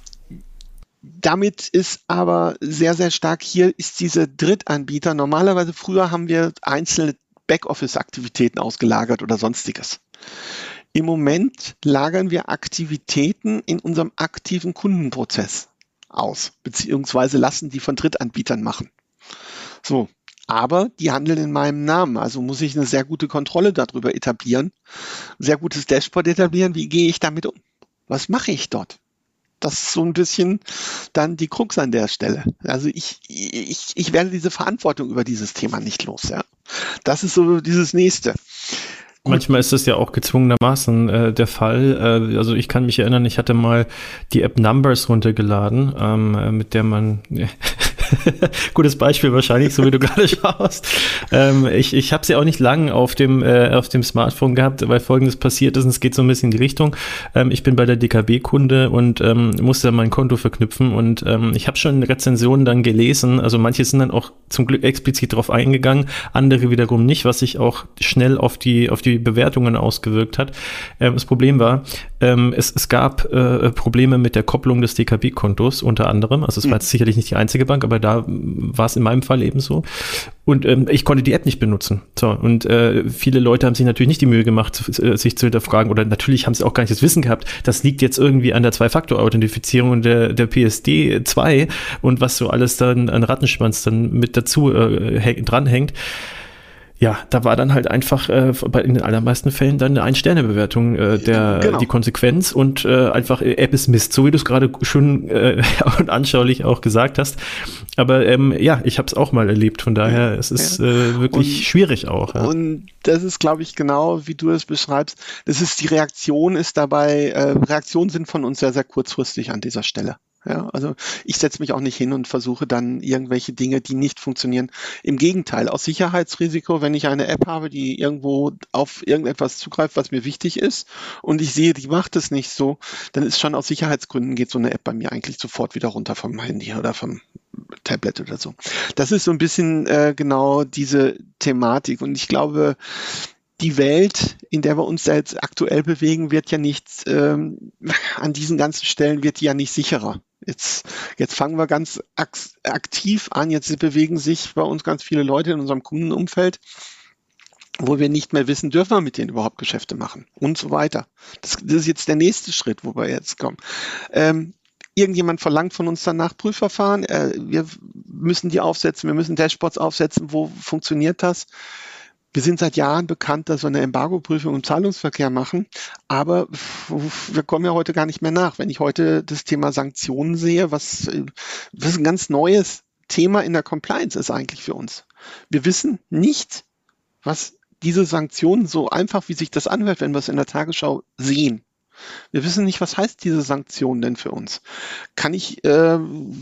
damit ist aber sehr, sehr stark, hier ist diese Drittanbieter, normalerweise früher haben wir einzelne Backoffice-Aktivitäten ausgelagert oder sonstiges. Im Moment lagern wir Aktivitäten in unserem aktiven Kundenprozess aus, beziehungsweise lassen die von Drittanbietern machen. So, aber die handeln in meinem Namen, also muss ich eine sehr gute Kontrolle darüber etablieren, ein sehr gutes Dashboard etablieren, wie gehe ich damit um? Was mache ich dort? Das ist so ein bisschen dann die Krux an der Stelle. Also ich, ich, ich werde diese Verantwortung über dieses Thema nicht los. Ja. Das ist so dieses Nächste. Gut. Manchmal ist das ja auch gezwungenermaßen äh, der Fall. Äh, also ich kann mich erinnern, ich hatte mal die App Numbers runtergeladen, ähm, mit der man... Gutes Beispiel wahrscheinlich, so wie du gerade schaust. Ähm, ich ich habe sie auch nicht lang auf dem äh, auf dem Smartphone gehabt, weil Folgendes passiert ist und es geht so ein bisschen in die Richtung. Ähm, ich bin bei der D K B-Kunde und ähm, musste dann mein Konto verknüpfen und ähm, ich habe schon Rezensionen dann gelesen, also manche sind dann auch zum Glück explizit drauf eingegangen, andere wiederum nicht, was sich auch schnell auf die auf die Bewertungen ausgewirkt hat. Ähm, das Problem war, ähm, es, es gab äh, Probleme mit der Kopplung des D K B-Kontos unter anderem, also es war jetzt sicherlich nicht die einzige Bank, aber da war es in meinem Fall eben so. Und ähm, ich konnte die App nicht benutzen. So, und äh, viele Leute haben sich natürlich nicht die Mühe gemacht, sich zu hinterfragen, oder natürlich haben sie auch gar nicht das Wissen gehabt, das liegt jetzt irgendwie an der Zwei-Faktor-Authentifizierung und der, der P S D zwei und was so alles dann an Rattenschwanz dann mit dazu äh, dranhängt. Ja, da war dann halt einfach äh, bei in den allermeisten Fällen dann eine Ein-Sterne-Bewertung äh, der genau. die Konsequenz und äh, einfach äh, App ist Mist, so wie du es gerade schon äh, und anschaulich auch gesagt hast. Aber ähm, ja, ich habe es auch mal erlebt, von daher es ist ja. äh, wirklich und, schwierig auch. Ja. Und das ist, glaube ich, genau wie du es beschreibst. Das ist die Reaktion ist dabei, äh, Reaktionen sind von uns sehr, sehr kurzfristig an dieser Stelle. Ja, also ich setze mich auch nicht hin und versuche dann irgendwelche Dinge, die nicht funktionieren. Im Gegenteil, aus Sicherheitsrisiko, wenn ich eine App habe, die irgendwo auf irgendetwas zugreift, was mir wichtig ist und ich sehe, die macht es nicht so, dann ist schon aus Sicherheitsgründen geht so eine App bei mir eigentlich sofort wieder runter vom Handy oder vom Tablet oder so. Das ist so ein bisschen äh, genau diese Thematik und ich glaube, die Welt, in der wir uns jetzt aktuell bewegen, wird ja nicht, ähm, an diesen ganzen Stellen wird die ja nicht sicherer. Jetzt, jetzt fangen wir ganz ak- aktiv an, jetzt bewegen sich bei uns ganz viele Leute in unserem Kundenumfeld, wo wir nicht mehr wissen, dürfen wir mit denen überhaupt Geschäfte machen und so weiter. Das, das ist jetzt der nächste Schritt, wo wir jetzt kommen. Ähm, Irgendjemand verlangt von uns danach Prüfverfahren, äh, wir müssen die aufsetzen, wir müssen Dashboards aufsetzen, wo funktioniert das? Wir sind seit Jahren bekannt, dass wir eine Embargo-Prüfung im Zahlungsverkehr machen, aber wir kommen ja heute gar nicht mehr nach. Wenn ich heute das Thema Sanktionen sehe, was, was ein ganz neues Thema in der Compliance ist eigentlich für uns. Wir wissen nicht, was diese Sanktionen, so einfach wie sich das anhört, wenn wir es in der Tagesschau sehen. Wir wissen nicht, was heißt diese Sanktion denn für uns? Kann ich, äh,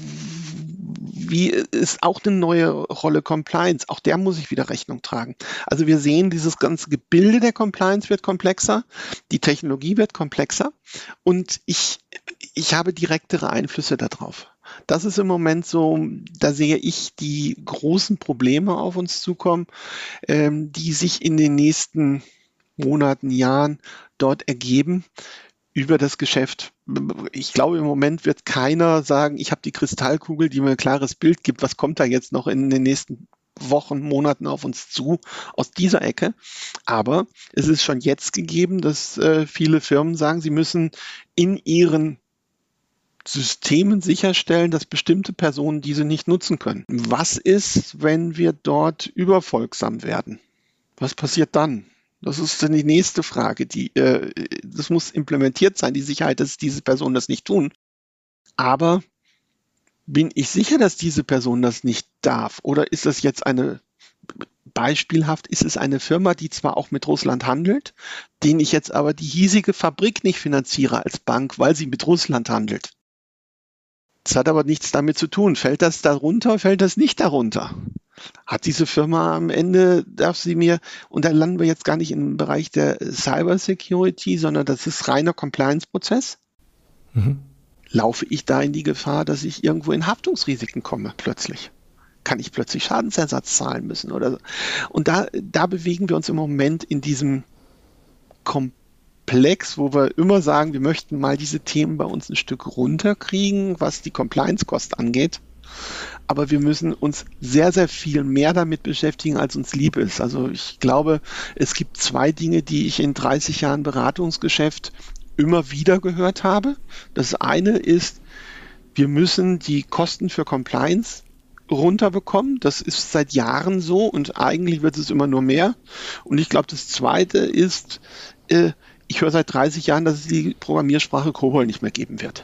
wie ist auch eine neue Rolle Compliance? Auch der muss ich wieder Rechnung tragen. Also wir sehen, dieses ganze Gebilde der Compliance wird komplexer, die Technologie wird komplexer und ich, ich habe direktere Einflüsse darauf. Das ist im Moment so, da sehe ich die großen Probleme auf uns zukommen, ähm, die sich in den nächsten Monaten, Jahren dort ergeben über das Geschäft. Ich glaube, im Moment wird keiner sagen, ich habe die Kristallkugel, die mir ein klares Bild gibt, was kommt da jetzt noch in den nächsten Wochen, Monaten auf uns zu aus dieser Ecke. Aber es ist schon jetzt gegeben, dass äh, viele Firmen sagen, sie müssen in ihren Systemen sicherstellen, dass bestimmte Personen diese nicht nutzen können. Was ist, wenn wir dort überfolgsam werden? Was passiert dann? Das ist dann die nächste Frage. Die, äh, das muss implementiert sein, die Sicherheit, dass diese Personen das nicht tun. Aber bin ich sicher, dass diese Person das nicht darf? Oder ist das jetzt eine, beispielhaft, ist es eine Firma, die zwar auch mit Russland handelt, denen ich jetzt aber die hiesige Fabrik nicht finanziere als Bank, weil sie mit Russland handelt? Das hat aber nichts damit zu tun. Fällt das darunter, fällt das nicht darunter? Hat diese Firma am Ende, darf sie mir, und da landen wir jetzt gar nicht im Bereich der Cybersecurity, sondern das ist reiner Compliance-Prozess. Mhm. Laufe ich da in die Gefahr, dass ich irgendwo in Haftungsrisiken komme plötzlich? Kann ich plötzlich Schadensersatz zahlen müssen oder so? Und da, da bewegen wir uns im Moment in diesem Komplex, wo wir immer sagen, wir möchten mal diese Themen bei uns ein Stück runterkriegen, was die Compliance-Kost angeht. Aber wir müssen uns sehr, sehr viel mehr damit beschäftigen, als uns lieb ist. Also ich glaube, es gibt zwei Dinge, die ich in dreißig Jahren Beratungsgeschäft immer wieder gehört habe. Das eine ist, wir müssen die Kosten für Compliance runterbekommen. Das ist seit Jahren so und eigentlich wird es immer nur mehr. Und ich glaube, das zweite ist, äh, ich höre seit dreißig Jahren, dass es die Programmiersprache COBOL nicht mehr geben wird.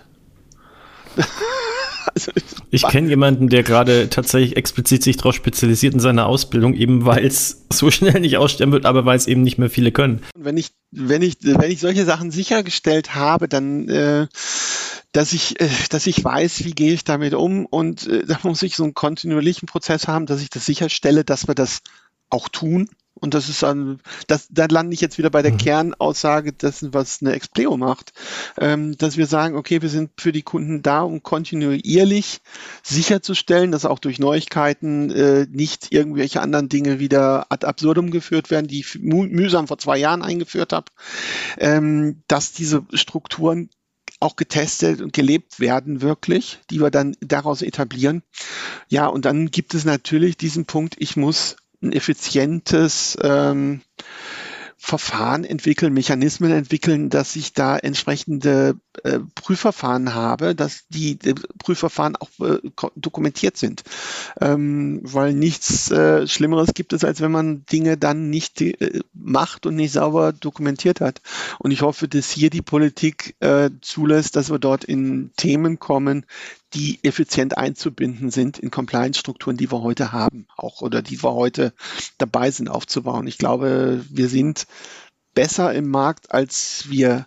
Also, ich kenne jemanden, der gerade tatsächlich explizit sich darauf spezialisiert in seiner Ausbildung, eben weil es so schnell nicht aussterben wird, aber weil es eben nicht mehr viele können. Wenn ich, wenn ich, wenn ich solche Sachen sichergestellt habe, dann, äh, dass ich, äh, dass ich weiß, wie gehe ich damit um, und äh, da muss ich so einen kontinuierlichen Prozess haben, dass ich das sicherstelle, dass wir das auch tun. Und das ist dann, das, da lande ich jetzt wieder bei der mhm. Kernaussage dessen, was eine Expleo macht, ähm, dass wir sagen, okay, wir sind für die Kunden da, um kontinuierlich sicherzustellen, dass auch durch Neuigkeiten äh, nicht irgendwelche anderen Dinge wieder ad absurdum geführt werden, die ich mü- mühsam vor zwei Jahren eingeführt habe, ähm, dass diese Strukturen auch getestet und gelebt werden wirklich, die wir dann daraus etablieren. Ja, und dann gibt es natürlich diesen Punkt, ich muss ein effizientes ähm, Verfahren entwickeln, Mechanismen entwickeln, dass ich da entsprechende äh, Prüfverfahren habe, dass die, die Prüfverfahren auch äh, dokumentiert sind. Ähm, weil nichts äh, Schlimmeres gibt es, als wenn man Dinge dann nicht äh, macht und nicht sauber dokumentiert hat. Und ich hoffe, dass hier die Politik äh, zulässt, dass wir dort in Themen kommen, die effizient einzubinden sind in Compliance-Strukturen, die wir heute haben, auch oder die wir heute dabei sind aufzubauen. Ich glaube, wir sind besser im Markt, als wir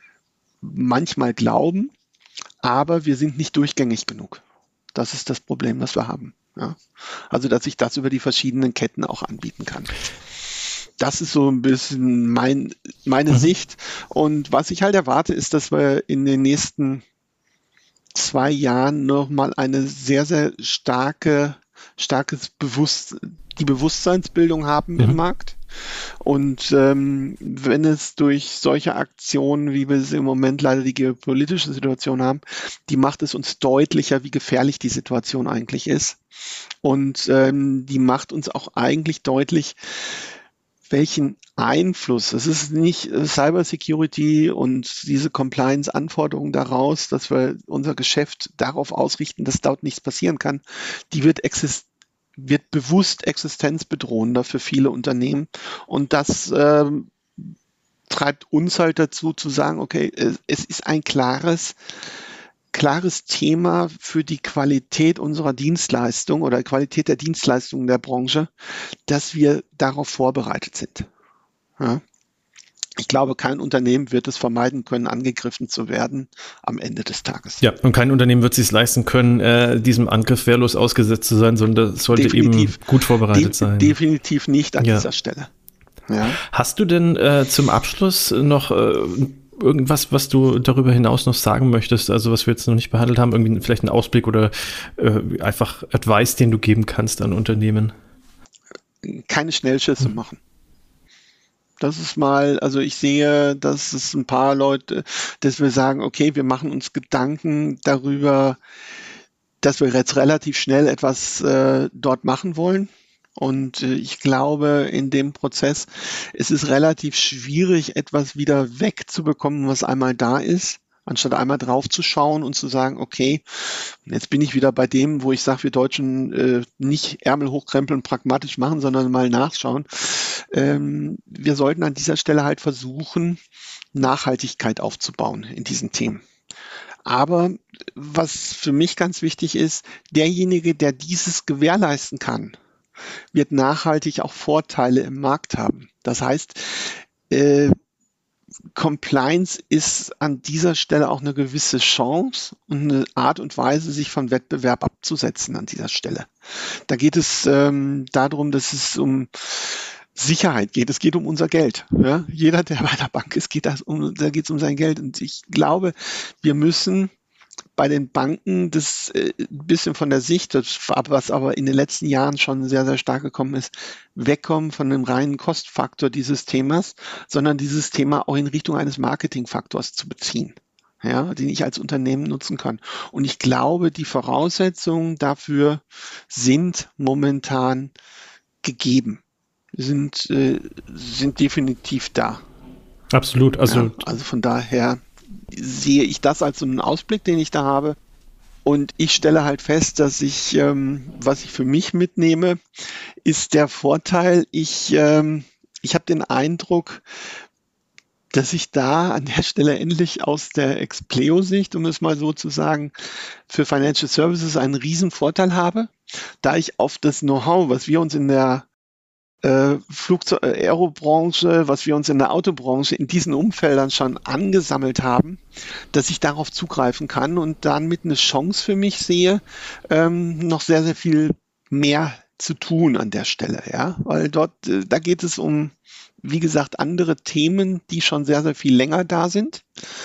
manchmal glauben, aber wir sind nicht durchgängig genug. Das ist das Problem, das wir haben. Ja? Also, dass ich das über die verschiedenen Ketten auch anbieten kann. Das ist so ein bisschen mein, meine mhm. Sicht. Und was ich halt erwarte, ist, dass wir in den nächsten zwei Jahren nochmal eine sehr, sehr starke, starkes Bewusst, die Bewusstseinsbildung haben mhm. im Markt. Und ähm, wenn es durch solche Aktionen, wie wir es im Moment leider die geopolitische Situation haben, die macht es uns deutlicher, wie gefährlich die Situation eigentlich ist. Und ähm, die macht uns auch eigentlich deutlich, welchen Einfluss, es ist nicht Cybersecurity und diese Compliance-Anforderungen daraus, dass wir unser Geschäft darauf ausrichten, dass dort nichts passieren kann, die wird, exist- wird bewusst existenzbedrohender für viele Unternehmen. Und das ähm, treibt uns halt dazu zu sagen, okay, es ist ein klares, klares Thema für die Qualität unserer Dienstleistung oder Qualität der Dienstleistungen der Branche, dass wir darauf vorbereitet sind. Ja. Ich glaube, kein Unternehmen wird es vermeiden können, angegriffen zu werden am Ende des Tages. Ja, und kein Unternehmen wird es sich leisten können, äh, diesem Angriff wehrlos ausgesetzt zu sein, sondern das sollte definitiv, eben gut vorbereitet de- sein. Definitiv nicht an ja. dieser Stelle. Ja. Hast du denn äh, zum Abschluss noch äh, irgendwas, was du darüber hinaus noch sagen möchtest, also was wir jetzt noch nicht behandelt haben, irgendwie vielleicht einen Ausblick oder äh, einfach Advice, den du geben kannst an Unternehmen? Keine Schnellschüsse hm. machen. Das ist mal, also ich sehe, dass es ein paar Leute, dass wir sagen, okay, wir machen uns Gedanken darüber, dass wir jetzt relativ schnell etwas äh, dort machen wollen. Und äh, ich glaube, in dem Prozess ist es relativ schwierig, etwas wieder wegzubekommen, was einmal da ist, anstatt einmal drauf zu schauen und zu sagen, okay, jetzt bin ich wieder bei dem, wo ich sage, wir Deutschen äh, nicht Ärmel hochkrempeln, pragmatisch machen, sondern mal nachschauen. ähm, wir sollten an dieser Stelle halt versuchen, Nachhaltigkeit aufzubauen in diesen Themen. Aber was für mich ganz wichtig ist, derjenige, der dieses gewährleisten kann, wird nachhaltig auch Vorteile im Markt haben. Das heißt, äh, Compliance ist an dieser Stelle auch eine gewisse Chance und eine Art und Weise, sich von Wettbewerb abzusetzen an dieser Stelle. Da geht es ähm, darum, dass es um Sicherheit geht. Es geht um unser Geld. Ja? Jeder, der bei der Bank ist, geht das um, da geht es um sein Geld. Und ich glaube, wir müssen bei den Banken das äh, ein bisschen von der Sicht, das, was aber in den letzten Jahren schon sehr, sehr stark gekommen ist, wegkommen von dem reinen Kostfaktor dieses Themas, sondern dieses Thema auch in Richtung eines Marketingfaktors zu beziehen, ja, den ich als Unternehmen nutzen kann. Und ich glaube, die Voraussetzungen dafür sind momentan gegeben, sind, äh, sind definitiv da. Absolut. Also, ja, also von daher sehe ich das als so einen Ausblick, den ich da habe. Und ich stelle halt fest, dass ich, ähm, was ich für mich mitnehme, ist der Vorteil, ich, ähm, ich habe den Eindruck, dass ich da an der Stelle endlich aus der Expleo-Sicht, um es mal so zu sagen, für Financial Services einen riesen Vorteil habe, da ich auf das Know-how, was wir uns in der Äh, Flugzeug, äh, Aerobranche, was wir uns in der Autobranche in diesen Umfeldern schon angesammelt haben, dass ich darauf zugreifen kann und dann mit eine Chance für mich sehe, ähm, noch sehr, sehr viel mehr zu tun an der Stelle, ja, weil dort, äh, da geht es um, wie gesagt, andere Themen, die schon sehr, sehr viel länger da sind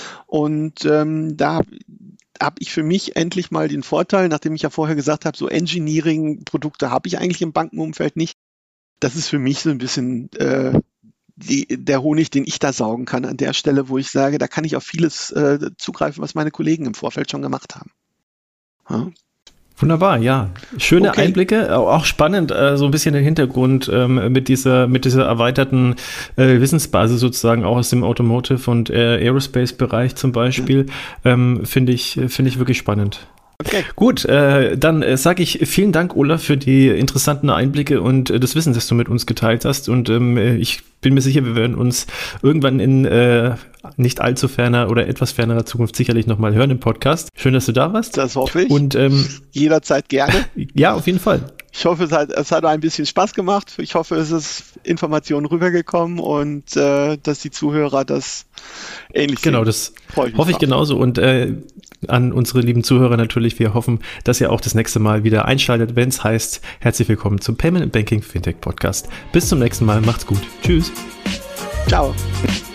und ähm, da habe ich für mich endlich mal den Vorteil, nachdem ich ja vorher gesagt habe, so Engineering-Produkte habe ich eigentlich im Bankenumfeld nicht. Das ist für mich so ein bisschen äh, die, der Honig, den ich da saugen kann an der Stelle, wo ich sage, da kann ich auf vieles äh, zugreifen, was meine Kollegen im Vorfeld schon gemacht haben. Ja. Wunderbar, ja. Schöne Okay. Einblicke, auch spannend, äh, so ein bisschen den Hintergrund ähm, mit dieser mit dieser erweiterten äh, Wissensbasis sozusagen auch aus dem Automotive- und äh, Aerospace-Bereich zum Beispiel, ja. ähm, finde ich, finde ich wirklich spannend. Okay. Gut, äh, dann äh, sage ich vielen Dank, Olaf, für die interessanten Einblicke und äh, das Wissen, das du mit uns geteilt hast. Und ähm, ich bin mir sicher, wir werden uns irgendwann in äh, nicht allzu ferner oder etwas fernerer Zukunft sicherlich nochmal hören im Podcast. Schön, dass du da warst. Das hoffe ich. Und ähm, jederzeit gerne. Ja, auf jeden Fall. Ich hoffe, es hat, es hat ein bisschen Spaß gemacht. Ich hoffe, es ist Informationen rübergekommen und äh, dass die Zuhörer das ähnlich sehen. Genau, das ich hoffe ich drauf. genauso. Und äh, an unsere lieben Zuhörer natürlich, wir hoffen, dass ihr auch das nächste Mal wieder einschaltet, wenn es heißt, herzlich willkommen zum Payment and Banking Fintech Podcast. Bis zum nächsten Mal, macht's gut. Tschüss. Ciao.